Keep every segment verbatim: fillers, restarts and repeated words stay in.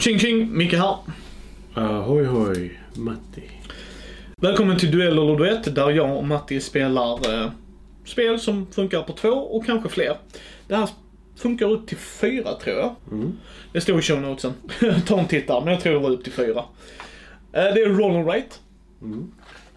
Tjing tjing, Micke här. Ahoy hoj, Matti. Välkommen till Duell eller Duett, där jag och Matti spelar eh, spel som funkar på två och kanske fler. Det här funkar upp till fyra tror jag. Mm. Det står i show notesen. Ta en titt där, men jag tror det var upp till fyra. Eh, det är Roll and Write. Mm.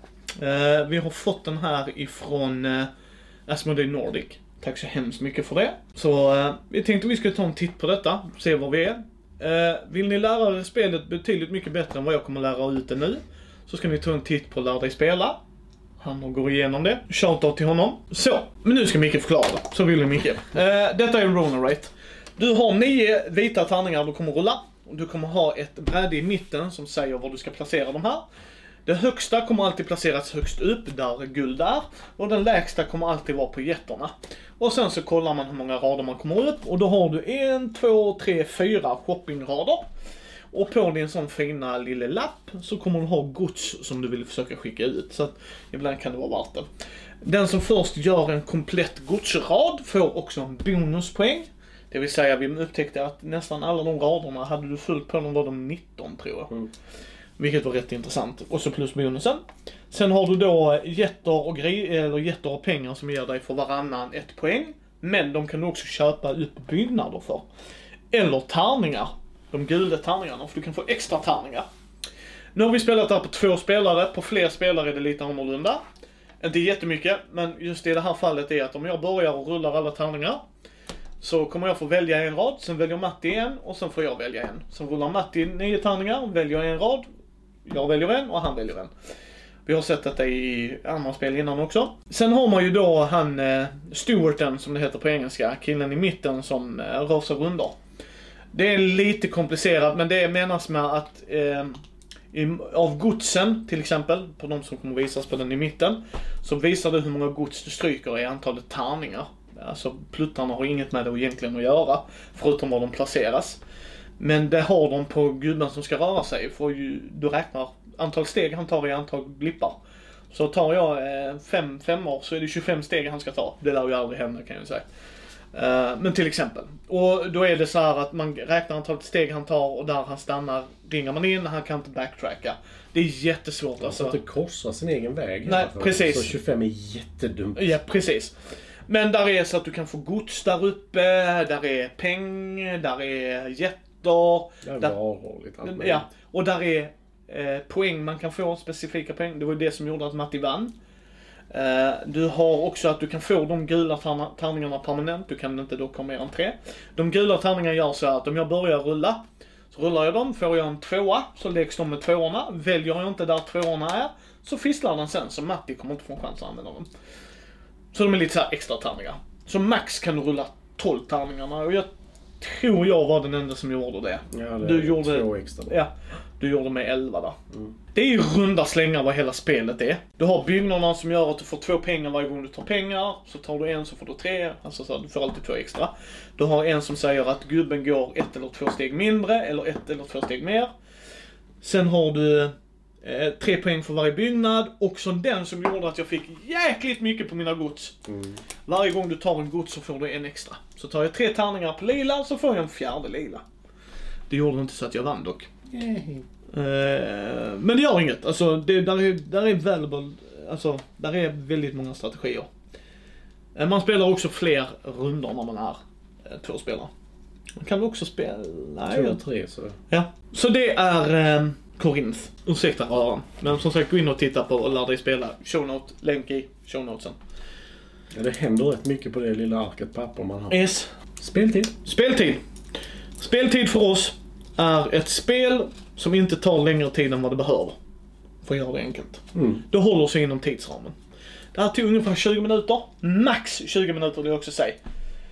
Eh, vi har fått den här ifrån eh, Asmodee Nordic. Tack så hemskt mycket för det. Så eh, vi tänkte vi skulle ta en titt på detta, se var vi är. Eh, vill ni lära er spelet betydligt mycket bättre än vad jag kommer lära ut det nu, så ska ni ta en titt på Lär dig spela. Han går igenom det. Shoutout till honom. Så, men nu ska Micke förklara det. Så vill ni Micke. Eh, detta är Roll and Write. Du har nio vita tärningar du kommer rulla. Du kommer ha ett bräde i mitten som säger var du ska placera de här. Det högsta kommer alltid placeras högst upp, där guld är. Och den lägsta kommer alltid vara på getterna. Och sen så kollar man hur många rader man kommer upp. Och då har du en, två, tre, fyra shoppingrader. Och på din sån fina lilla lapp så kommer du ha gods som du vill försöka skicka ut. Så att ibland kan det vara värt det. Den som först gör en komplett godsrad får också en bonuspoäng. Det vill säga vi upptäckte att nästan alla de raderna hade du fullt på, dem var de nitton tror jag. Mm. Vilket var rätt intressant. Och så plus bonusen. Sen har du då getter och, grej, eller getter och pengar som ger dig för varannan ett poäng. Men de kan du också köpa upp byggnader för. Eller tärningar. De gula tärningarna, för du kan få extra tärningar. Nu har vi spelat det här på två spelare. På fler spelare är det lite annorlunda. Inte jättemycket, men just i det här fallet är att om jag börjar och rullar alla tärningar, så kommer jag få välja en rad, sen väljer Matti en och sen får jag välja en. Sen rullar Matti nio tärningar, väljer en rad, jag väljer en och han väljer en. Vi har sett detta i andra spel innan också. Sen har man ju då han eh, Stewarten som det heter på engelska, killen i mitten som eh, rör sig rundor. Det är lite komplicerat, men det menas med att eh, i, av godsen till exempel, på de som kommer visas på den i mitten, så visar du hur många gods du stryker i antalet tärningar. Alltså pluttarna har inget med det egentligen att göra, förutom var de placeras. Men det har de på gubben som ska röra sig, för ju, du räknar antal steg han tar i antal blippar. Så tar jag eh, fem femmor så är det tjugofem steg han ska ta. Det lär ju aldrig hända kan jag säga. Uh, men till exempel. Och då är det så här att man räknar antalet steg han tar och där han stannar ringer man in, han kan inte backtracka. Det är jättesvårt. Man alltså. får inte korsa sin egen väg. Nej, precis. Så tjugofem är jättedumt. Ja, precis. Men där är så att du kan få gods där uppe, där är peng, där är jätter. Det är där, varor lite allt. Ja, och där är eh, poäng man kan få, specifika poäng. Det var det som gjorde att Matti vann. Uh, du har också att du kan få de gula tärningarna permanent. Du kan inte då komma mer än tre. De gula tärningarna gör så att om jag börjar rulla, så rullar jag dem, får jag en tvåa, så läggs de med tvåorna. Väljer jag inte där tvåorna är, så fisslar den sen, så Matti kommer inte få en chans att använda dem. Så de är lite så här extra tärningar. Så max kan du rulla tolv tärningarna, och jag tror jag var den enda som gjorde det. Ja, det du är gjorde två extra. Ja, du gjorde med elva där. Mm. Det är ju runda slängar vad hela spelet är. Du har byggnaderna som gör att du får två pengar varje gång du tar pengar. Så tar du en så får du tre. Alltså så du får alltid två extra. Du har en som säger att gubben går ett eller två steg mindre. Eller ett eller två steg mer. Sen har du eh, tre poäng för varje byggnad. Och så den som gjorde att jag fick jäkligt mycket på mina gods. Mm. Varje gång du tar en gods så får du en extra. Så tar jag tre tärningar på lila så får jag en fjärde lila. Det gjorde inte så att jag vann dock. Yay. Uh, men det gör inget. Alltså, det, där, är, där är valuable, alltså, där är väldigt många strategier. Uh, man spelar också fler rundor när man är uh, två spelare. Man kan också spela... Nej, två, tre så. Ja. Så det är uh, Korinth. Ursäkta röran. Men som sagt, gå in och titta på och lär dig spela. Shownote, länk i shownotesen. Ja, det händer rätt mycket på det lilla arket papper man har. Yes. Speltid. Speltid. Speltid för oss är ett spel som inte tar längre tid än vad det behöver. För att göra det enkelt. Mm. Det håller sig inom tidsramen. Det här tog ungefär tjugo minuter. Max tjugo minuter, det också säga.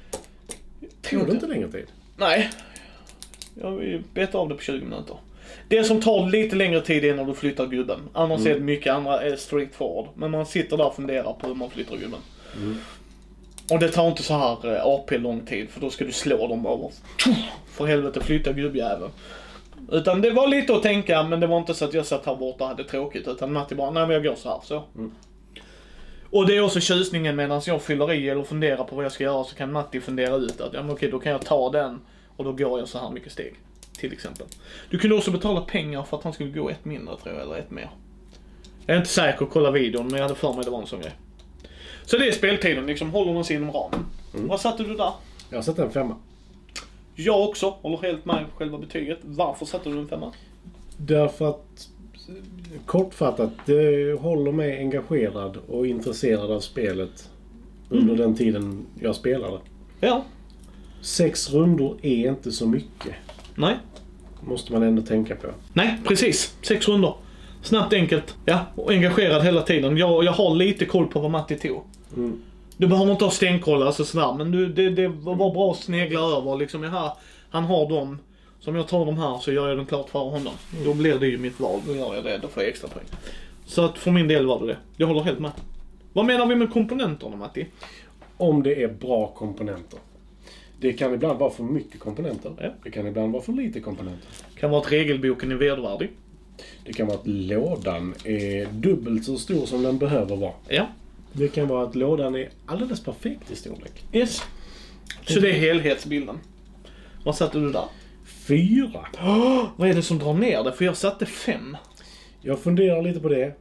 Tror du inte längre tid? Nej. Jag vill beta av det på tjugo minuter. Det som tar lite längre tid är när du flyttar gubben. Annars mm. är det mycket andra är straight forward. Men man sitter där och funderar på hur man flyttar gubben. Mm. Och det tar inte så här A P lång tid. För då ska du slå dem bara. För helvete flytta gubbjäveln. Utan det var lite att tänka, men det var inte så att jag satt här borta och hade tråkigt. Utan Matti bara, nej men jag går så här. Så. Mm. Och det är också tjusningen medan jag fyller i eller funderar på vad jag ska göra, så kan Matti fundera ut att ja men okej, då kan jag ta den och då går jag så här mycket steg. till exempel. Du kunde också betala pengar för att han skulle gå ett mindre, tror jag, eller ett mer. Jag är inte säker att kolla videon, men jag hade för mig det var en sån grej. Så det är speltiden, liksom håller man sig inom ramen. Mm. Vad satte du där? Jag satte en femma. Jag också, håller helt med själva betyget. Varför satte du en femma? Därför att, kortfattat, det håller mig engagerad och intresserad av spelet under mm. den tiden jag spelade. Ja. Sex rundor är inte så mycket. Nej. Måste man ändå tänka på. Nej, precis. Sex rundor. Snabbt, enkelt. Ja, och engagerad hela tiden. Jag, jag har lite koll på vad Matti tog. Mm. Du behöver inte ha stenkoll, alltså sådär. Men du, det, det var bra att snegla över. Liksom, här, han har dem. Som jag tar dem här så gör jag dem klart för honom. Mm. Då blir det ju mitt val. Då gör jag det. Då får jag extra poäng. Så att för min del var det det. Jag håller helt med. Vad menar vi med komponenterna, Matti? Om det är bra komponenter. Det kan ibland vara för mycket komponenter. Ja. Det kan ibland vara för lite komponenter. Det kan vara att regelboken är vedervärdig. Det kan vara att lådan är dubbelt så stor som den behöver vara. Ja. Det kan vara att lådan är alldeles perfekt i storlek. Yes. Så det är helhetsbilden. Vad satte du där? Fyra. Oh, vad är det som drar ner det? För jag satte fem. Jag funderar lite på det.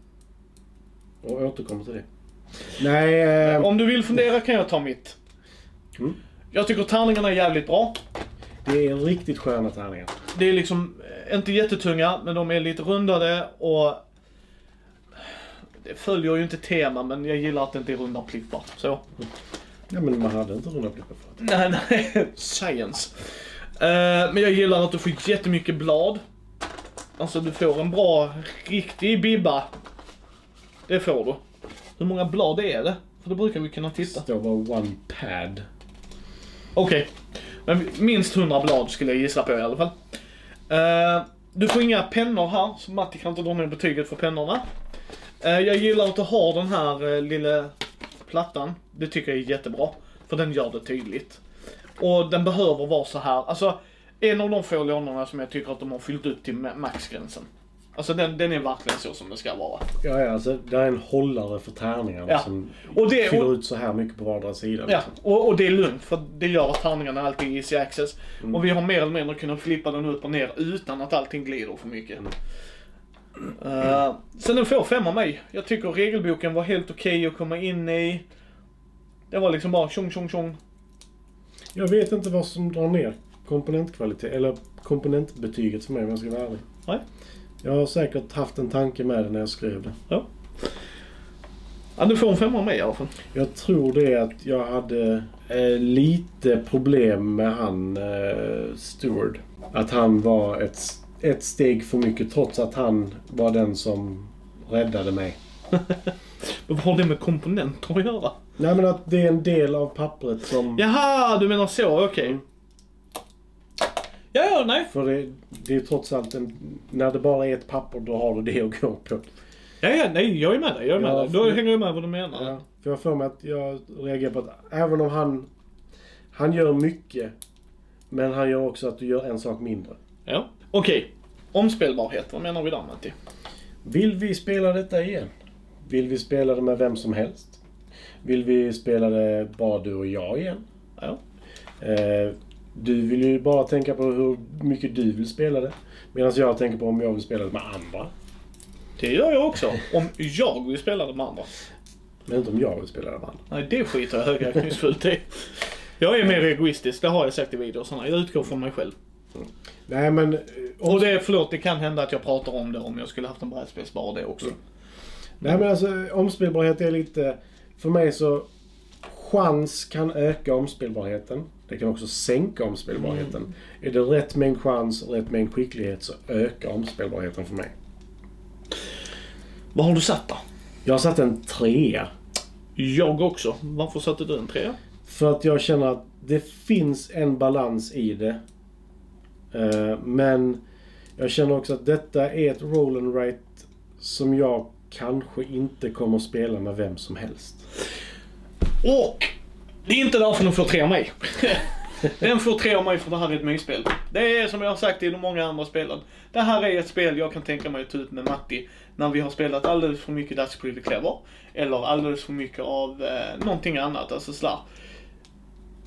Och återkommer till det. Nej. Eh... Om du vill fundera kan jag ta mitt. Mm. Jag tycker tärningarna är jävligt bra. Det är riktigt sköna tärningar. Det är liksom inte jättetunga, men de är lite rundade och det följer ju inte tema, men jag gillar att det inte är runda plippar. Så. Ja, men man hade inte runda plippar förut. Nej, nej. Science. Uh, men jag gillar att du får jättemycket blad. Alltså du får en bra, riktig bibba. Det får du. Hur många blad är det? För då brukar vi kunna titta. Det var one pad. Okej. Okay. Men minst hundra blad skulle jag gissa på i alla fall. Uh, du får inga pennor här, så Matti kan inte dra ner betyget för pennorna. Uh, jag gillar att du har den här uh, lilla plattan. Det tycker jag är jättebra. För den gör det tydligt. Och den behöver vara så här. Alltså, en av de få lånorna som jag tycker att de har fyllt ut till maxgränsen. Alltså den, den är verkligen så som det ska vara. Ja, ja, alltså det är en hållare för tärningarna ja. som och det, fyller och, ut så här mycket på vardera sida. Ja, och, och det är lugnt för det gör att tärningarna alltid är easy access. Mm. Och vi har mer eller mindre kunnat flippa den upp och ner utan att allting glider för mycket. Mm. Uh, sen den får fem av mig. Jag tycker regelboken var helt okej okay att komma in i. Det var liksom bara tjong tjong tjong. Jag vet inte vad som drar ner komponentkvalitet eller komponentbetyget för mig om jag ska vara ärlig. Nej. Jag har säkert haft en tanke med det när jag skrev det. Ja. Ja, du får en femma av mig i alla fall. Jag tror det att jag hade eh, lite problem med han eh, Steward. Att han var ett, ett steg för mycket trots att han var den som räddade mig. Vad har det med komponenter att göra? Nej, men att det är en del av pappret som... Jaha, du menar så, okej. Okay. Mm. Ja, ja, nej. För det, det är trots allt en, när det bara är ett papper då har du det att gå på. Ja, ja, nej, jag är med dig, jag är med ja, dig. Då hänger jag med vad du menar. Ja, för jag får mig att jag reagerar på att även om han han gör mycket, men han gör också att du gör en sak mindre. Ja, okej. Okay. Omspelbarhet, vad menar vi där, Matti? Vill vi spela detta igen? Vill vi spela det med vem som helst? Vill vi spela det bara du och jag igen? Ja. Eh, du vill ju bara tänka på hur mycket du vill spela det. Medan jag tänker på om jag vill spela det med andra. Det gör jag också. Om jag vill spela det med andra. Men inte om jag vill spela det med andra. Nej, det skiter jag högaktningsfullt i. Jag är mer egoistisk, det har jag sagt i videorna. Jag utgår från mig själv. Mm. Nej, men... Och det, förlåt, det kan hända att jag pratar om det om jag skulle haft en brädspelsbar det också. Mm. Nej, men alltså omspelbarhet är lite... För mig så... Chans kan öka omspelbarheten. Det kan också sänka omspelbarheten. Mm. Är det rätt mängd chans och rätt mängd skicklighet så ökar omspelbarheten för mig. Vad har du satt då? Jag har satt en trea. Jag också. Varför satte du en trea? För att jag känner att det finns en balans i det. Men jag känner också att detta är ett roll and write som jag kanske inte kommer att spela med vem som helst. Och det är inte därför den får tre av mig. Den får tre av mig för det här är ett mysspel. Det är som jag har sagt i de många andra spelen. Det här är ett spel jag kan tänka mig att ta ut med Matti när vi har spelat alldeles för mycket That's Pretty Clever. Eller alldeles för mycket av eh, någonting annat. Alltså sådär.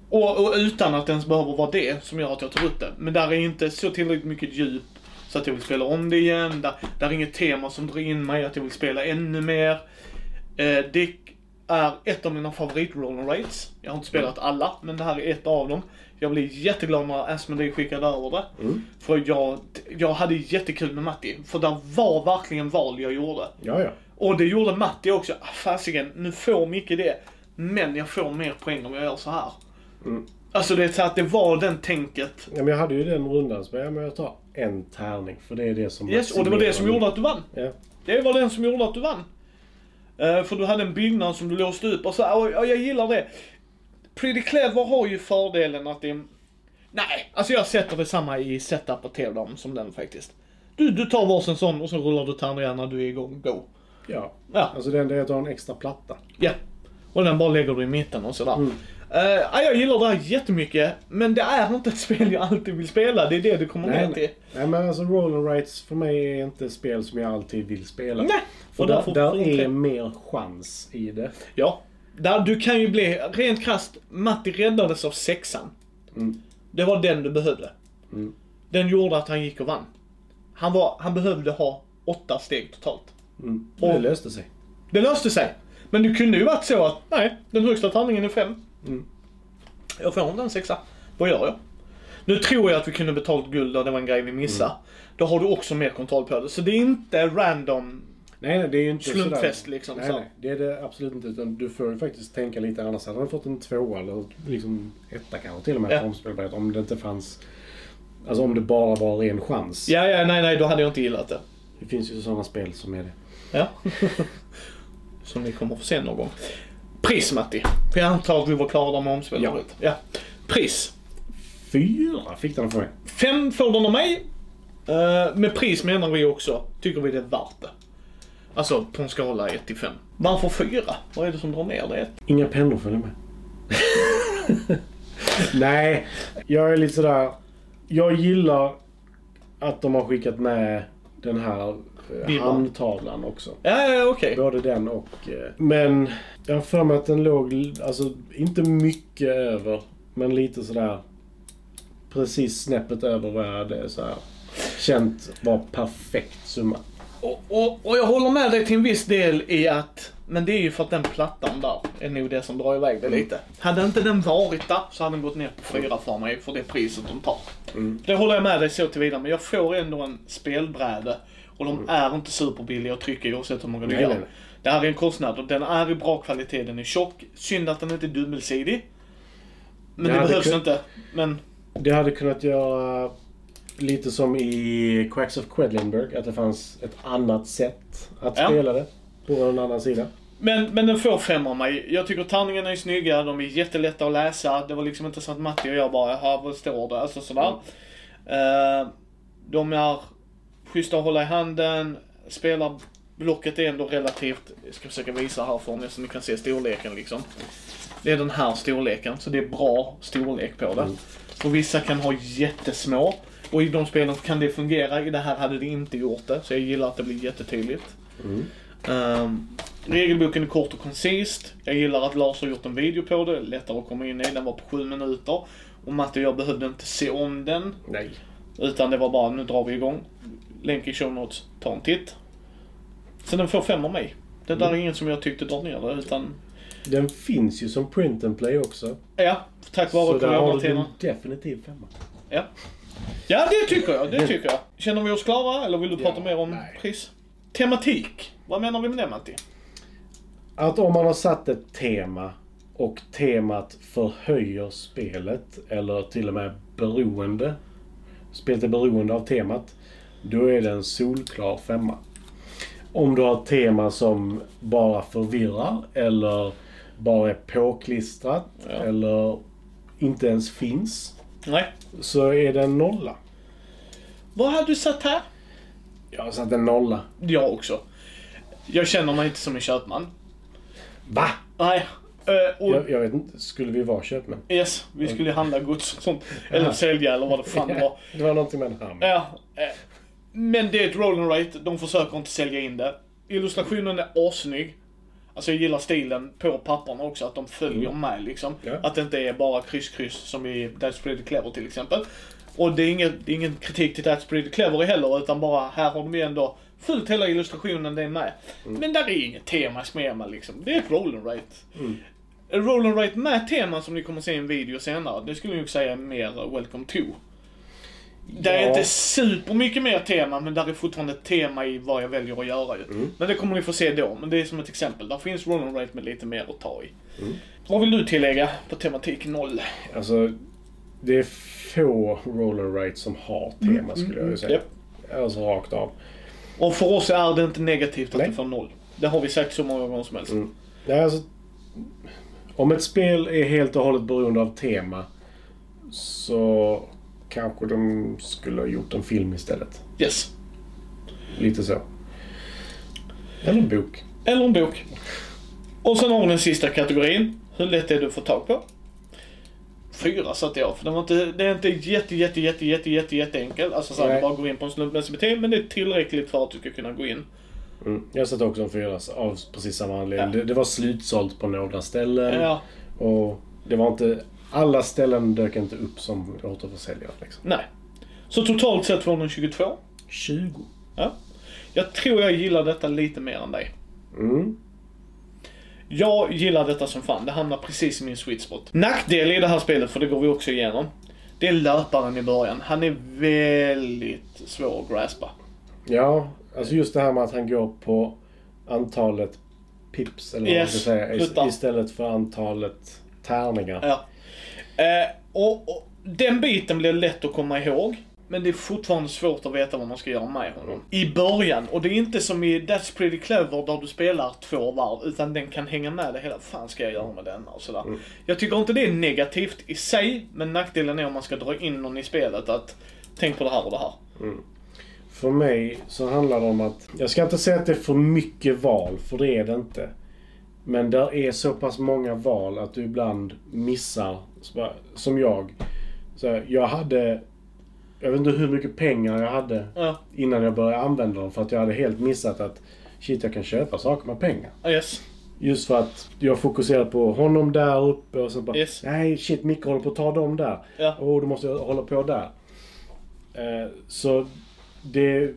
Och, och utan att det ens behöver vara det som gör att jag tar upp det. Men där är inte så tillräckligt mycket djup så att jag vill spela om det igen. Där, där är inget tema som drar in mig att jag vill spela ännu mer. Eh, det är ett av mina favorit roll and rates. Jag har inte spelat alla, men det här är ett av dem. Jag blir jätteglad när Asmodee skickade över det. Mm. För jag, jag hade jättekul med Matti. För det var verkligen val jag gjorde. Ja, ja. Och det gjorde Matti också. Fasiken, nu får mycket det. Men jag får mer poäng om jag gör så här. Mm. Alltså det är så att det var den tänket. Ja, men jag hade ju den rundan så jag, men jag tar en tärning. För det är det som... Yes, och det var det som gjorde att du vann. Ja. Det var den som gjorde att du vann. Uh, för du hade en byggnad som du låste upp och så, och, och jag gillar det. Pretty Clever har ju fördelen att det är... Nej, alltså jag sätter det samma i setup och teardown som den faktiskt. Du, du tar varsin sån och så rullar du tärningar när du är igång. Go. Ja, ja. Alltså den är att ha en extra platta. Ja, och den bara lägger du i mitten och sådär. Mm. Uh, jag gillar det här jättemycket, men det är inte ett spel jag alltid vill spela. Det är det du kommer nej, ner till. Nej, men alltså Roll and Rights för mig är inte ett spel som jag alltid vill spela. Nej. För där, där är det mer chans i det. Ja. Där du kan ju bli, rent krasst, Matti räddades av sexan. Mm. Det var den du behövde. Mm. Den gjorde att han gick och vann. Han, var, han behövde ha åtta steg totalt. Mm. Och det löste sig. Det löste sig. Men det kunde ju varit så att, nej, den högsta tärningen är fem. Mm. Jag får inte en sexa. Vad gör jag? Nu tror jag att vi kunde betalt guld och det var en grej vi missade. Mm. Då har du också mer kontroll på det. Så det är inte random... Nej, nej, det är ju inte slumpfest sådär. liksom. Nej, så. nej, det är det absolut inte. Utan du får ju faktiskt tänka lite annars. Hade han fått en tvåa eller liksom etta kanske till och med. Ja. Omspelbarhet, om det inte fanns... Alltså om det bara var ren chans. Ja, ja, nej, nej, då hade jag inte gillat det. Det finns ju sådana spel som är det. Ja. Som ni kommer att få se någon gång. Pris, Matti. För jag antar att vi var klara med omspelbarhet. Ja. Ja. Pris. Fyra fick den för mig. Fem får den av mig. Uh, med pris menar vi också, tycker vi det är värt det. Alltså på en skala ett till fem. Varför fyra? Vad är det som drar ner det? Inga pennor följer med. Nej, jag är lite sådär... Jag gillar att de har skickat med den här handtavlan också. Ja, ja, okej. Okay. Både den och... Men jag har för mig att den låg, alltså inte mycket över, men lite sådär precis snäppet över vad jag hade så här känt var perfekt summa. Och, och, och jag håller med dig till en viss del i att, men det är ju för att den plattan där är nog det som drar iväg det mm. lite. Hade inte den varit där så hade den gått ner på fyra för mig för det priset de tar. Mm. Det håller jag med dig så tillvida, men jag får ändå en spelbräde och de mm. är inte superbilliga att trycka oavsett hur många du gör. Det här är en kostnad och den är i bra kvalitet, den är tjock. Synd att den inte är dubbelsidig. Men det, det behövs kun... inte. Men... Det hade kunnat göra lite som i Quacks of Quedlinburg, att det fanns ett annat sätt att ja. spela det på en annan sida. Men, men den får fem av mig. Jag tycker tärningarna är snygga, de är jättelätta att läsa. Det var liksom inte så att Matti och jag bara, jaha, vad står det? Alltså sådär. Mm. Uh, de är schyssta att hålla i handen. Spelarblocket är ändå relativt, jag ska försöka visa här för mig så ni kan se storleken liksom. Det är den här storleken, så det är bra storlek på det. Mm. Och vissa kan ha jättesmå. Och i de spelen kan det fungera. I det här hade det inte gjort det. Så jag gillar att det blir jättetydligt. Mm. Um, regelboken är kort och koncist. Jag gillar att Lars har gjort en video på det. Lättare att komma in i. Den var på sju minuter. Och Matte och jag behövde inte se om den. Nej. Utan det var bara, nu drar vi igång. Länk i show notes. Ta en titt. Så den får fem av mig. Det där mm. är inget som jag tyckte drar ner det. Utan... Den finns ju som print and play också. Ja, tack vare så där har du definitivt femma. Ja. Ja, det tycker jag, det tycker jag. Känner vi oss klara eller vill du prata ja, mer om nej. pris? Tematik, vad menar vi med det, Matti? Att om man har satt ett tema och temat förhöjer spelet eller till och med beroende, spelet är beroende av temat, då är det en solklar femma. Om du har ett tema som bara förvirrar eller bara är påklistrat ja. eller inte ens finns, nej. så är det en nolla. Vad har du satt här? Jag har satt en nolla. Jag också. Jag känner mig inte som en köpman. Va? Nej. Uh, och... jag, jag vet inte, skulle vi vara köpmän? Yes, vi skulle handla gods och sånt. Eller sälja eller vad det fan var. Det var någonting med en hamn. Ja. Uh, men det är ett roll and rate. De försöker inte sälja in det. Illustrationen är asnygg. Alltså jag gillar stilen på papperna också, att de följer mm. med liksom. Yeah. Att det inte är bara kryss kryss som i That's Pretty Clever till exempel. Och det är ingen, det är ingen kritik till That's Pretty Clever heller, utan bara här har de ju ändå fullt hela illustrationen det är med. Mm. Men där är inget tema med liksom. Det är ett roll and write. Mm. Roll and write med teman som ni kommer se i en video senare, det skulle jag ju säga är mer Welcome to. Det är ja. inte super mycket mer tema, men där är fortfarande ett tema i vad jag väljer att göra ju. Mm. Men det kommer ni få se då, men det är som ett exempel. Där finns roll and write med lite mer att ta i. Mm. Vad vill du tillägga på tematik noll? Alltså, det är få roll and write som har tema mm. skulle jag ju säga. Yep. Alltså rakt av. Och för oss är det inte negativt att Nej. det får noll. Det har vi sagt så många gånger som helst. Mm. Ja, alltså, om ett spel är helt och hållet beroende av tema så kanske de skulle ha gjort en film istället. Yes. Lite så. Eller en bok. Eller en bok. Och sen har vi den sista kategorin. Hur lätt är det att få tag på? Fyra satte jag. För det, var inte, det är inte jätte, jätte, jätte, jätte, jätte, jätte enkelt. Alltså så att du bara går in på en slumpmässig beteende. Men det är tillräckligt för att du ska kunna gå in. Mm. Jag satte också en fyra av precis samma anledning. Ja. Det, det var slutsålt på några ställen. Ja. Och det var inte... Alla ställen dök inte upp som återförsäljare liksom. Nej. Så totalt sett var den tjugotvå. tjugo. Ja. Jag tror jag gillar detta lite mer än dig. Mm. Jag gillar detta som fan. Det hamnar precis i min sweet spot. Nackdel i det här spelet, för det går vi också igenom. Det är löparen i början. Han är väldigt svår att graspa. Ja, alltså just det här med att han går på antalet pips eller vad yes, man ska säga. Ist- istället för antalet tärningar. Ja. Eh, och, och den biten blir lätt att komma ihåg. Men det är fortfarande svårt att veta vad man ska göra med honom. I början. Och det är inte som i That's Pretty Clever där du spelar två varv. Utan den kan hänga med det hela. Vad fan ska jag göra med den? Och sådär. Mm. Jag tycker inte det är negativt i sig. Men nackdelen är om man ska dra in någon i spelet. Att tänk på det här och det här. Mm. För mig så handlar det om att... Jag ska inte säga att det är för mycket val. För det är det inte. Men där är så pass många val att du ibland missar. Som jag. Så jag hade... Jag vet inte hur mycket pengar jag hade ja. innan jag började använda dem. För att jag hade helt missat att shit, jag kan köpa saker med pengar. Yes. Just för att jag fokuserade på honom där uppe och så bara, yes. nej shit, Micke håller på att ta dem där. Ja. Och då måste jag hålla på där. Eh, så det...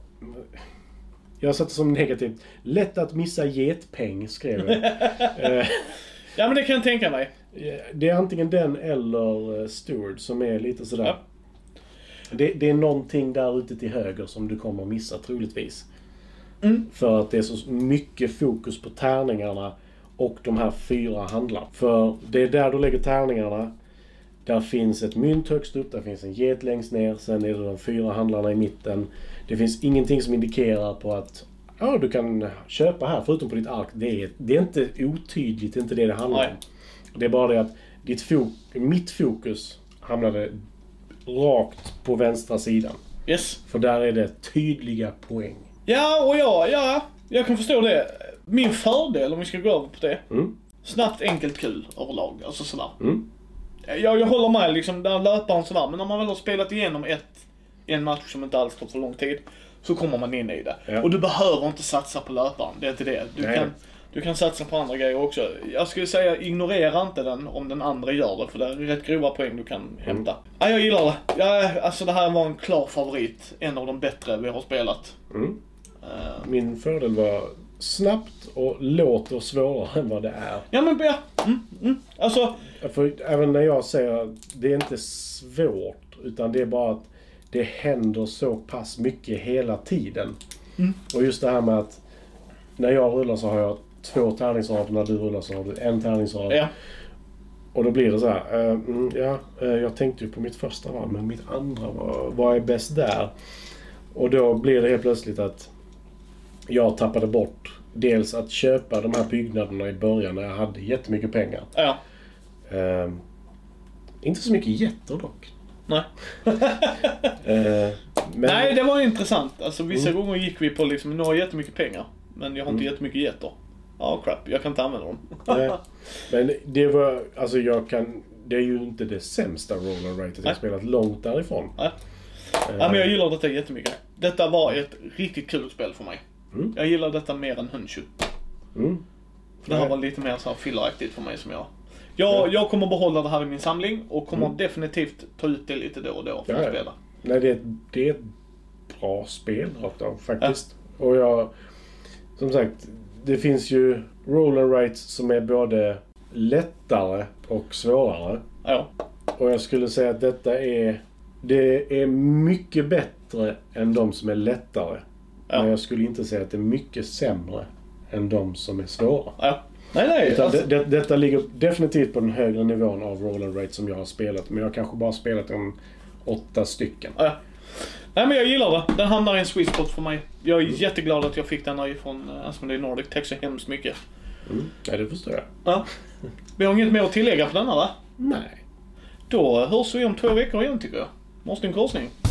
Jag satte som negativt. Lätt att missa getpeng, skrev jag. eh, ja, men det kan jag tänka mig. Det är antingen den eller Steward som är lite sådär... Ja. Det, det är någonting där ute till höger som du kommer att missa troligtvis. Mm. För att det är så mycket fokus på tärningarna och de här fyra handlar. För det är där du lägger tärningarna. Där finns ett mynt högst upp, där finns en get längst ner. Sen är det de fyra handlarna i mitten. Det finns ingenting som indikerar på att ja, du kan köpa här förutom på ditt ark. Det är, det är inte otydligt, det är inte det det handlar Nej. om. Det är bara det att ditt fok- mitt fokus hamnade rakt på vänstra sidan. Yes. För där är det tydliga poäng. Ja, och ja, ja. Jag kan förstå det. Min fördel, om vi ska gå över på det. Mm. Snabbt, enkelt, kul överlag. Alltså sådär. Mm. Jag, jag håller med liksom, där löparen sådär. Men när man väl har spelat igenom ett, en match som inte alls tar för lång tid. Så kommer man in i det. Ja. Och du behöver inte satsa på löparen. Det är inte det. Du kan... Du kan satsa på andra grejer också. Jag skulle säga, ignorera inte den om den andra gör det. För det är rätt grova poäng du kan mm. hämta. Ja, jag gillar det. Ja, alltså det här var en klar favorit. En av de bättre vi har spelat. Mm. Uh. Min fördel var snabbt och låter svårare än vad det är. Ja, men ja. Mm, mm. Alltså... För även när jag säger att det är inte svårt. Utan det är bara att det händer så pass mycket hela tiden. Mm. Och just det här med att när jag rullar så har jag två tärningsrader, när du rullar så har du en tärningsrad. Ja. Och då blir det så här, uh, mm, ja, uh, jag tänkte ju på mitt första val, men mitt andra, vad, vad är bäst där? Och då blir det helt plötsligt att jag tappade bort dels att köpa de här byggnaderna i början när jag hade jättemycket pengar. Ja. Uh, inte så mycket jätter dock. Nej. uh, men... Nej, det var intressant. Alltså vissa mm. gånger gick vi på liksom, nu har jag jättemycket pengar. Men jag har inte mm. jättemycket getter. Ja, oh, crap. Jag kan inte använda dem. Nej. Men det var, alltså jag kan, det är ju inte det sämsta roller rate jag har spelat långt därifrån. Nej. Uh, ja, men jag gillar detta jättemycket. Detta var ett riktigt kul spel för mig. Mm. Jag gillar detta mer än Henshu. Mm. Det här var lite mer så här filleraktigt för mig som jag. Jag, ja. jag kommer behålla det här i min samling och kommer mm. definitivt ta ut det lite då och då för ja, att spela. Nej, det är, det är ett bra spel rakt av faktiskt. Ja. Och jag, som sagt, det finns ju roll and writes som är både lättare och svårare. Ja. Och jag skulle säga att detta är, det är mycket bättre än de som är lättare. Ja. Men jag skulle inte säga att det är mycket sämre än de som är svåra. Ja. Nej, nej. Alltså... Det, det, detta ligger definitivt på den högre nivån av roll and write som jag har spelat. Men jag har kanske bara spelat om åtta stycken. Ja. Nej, men jag gillar det. Den hamnar i en sweet spot för mig. Jag är mm. jätteglad att jag fick den här från Asmodee Nordic. Tack så hemskt mycket. Mm. Ja, det förstår jag. Ja. Vi har inget mer att tillägga på denna, va? Nej. Då hörs vi om två veckor igen, tycker jag. Måste en korsning.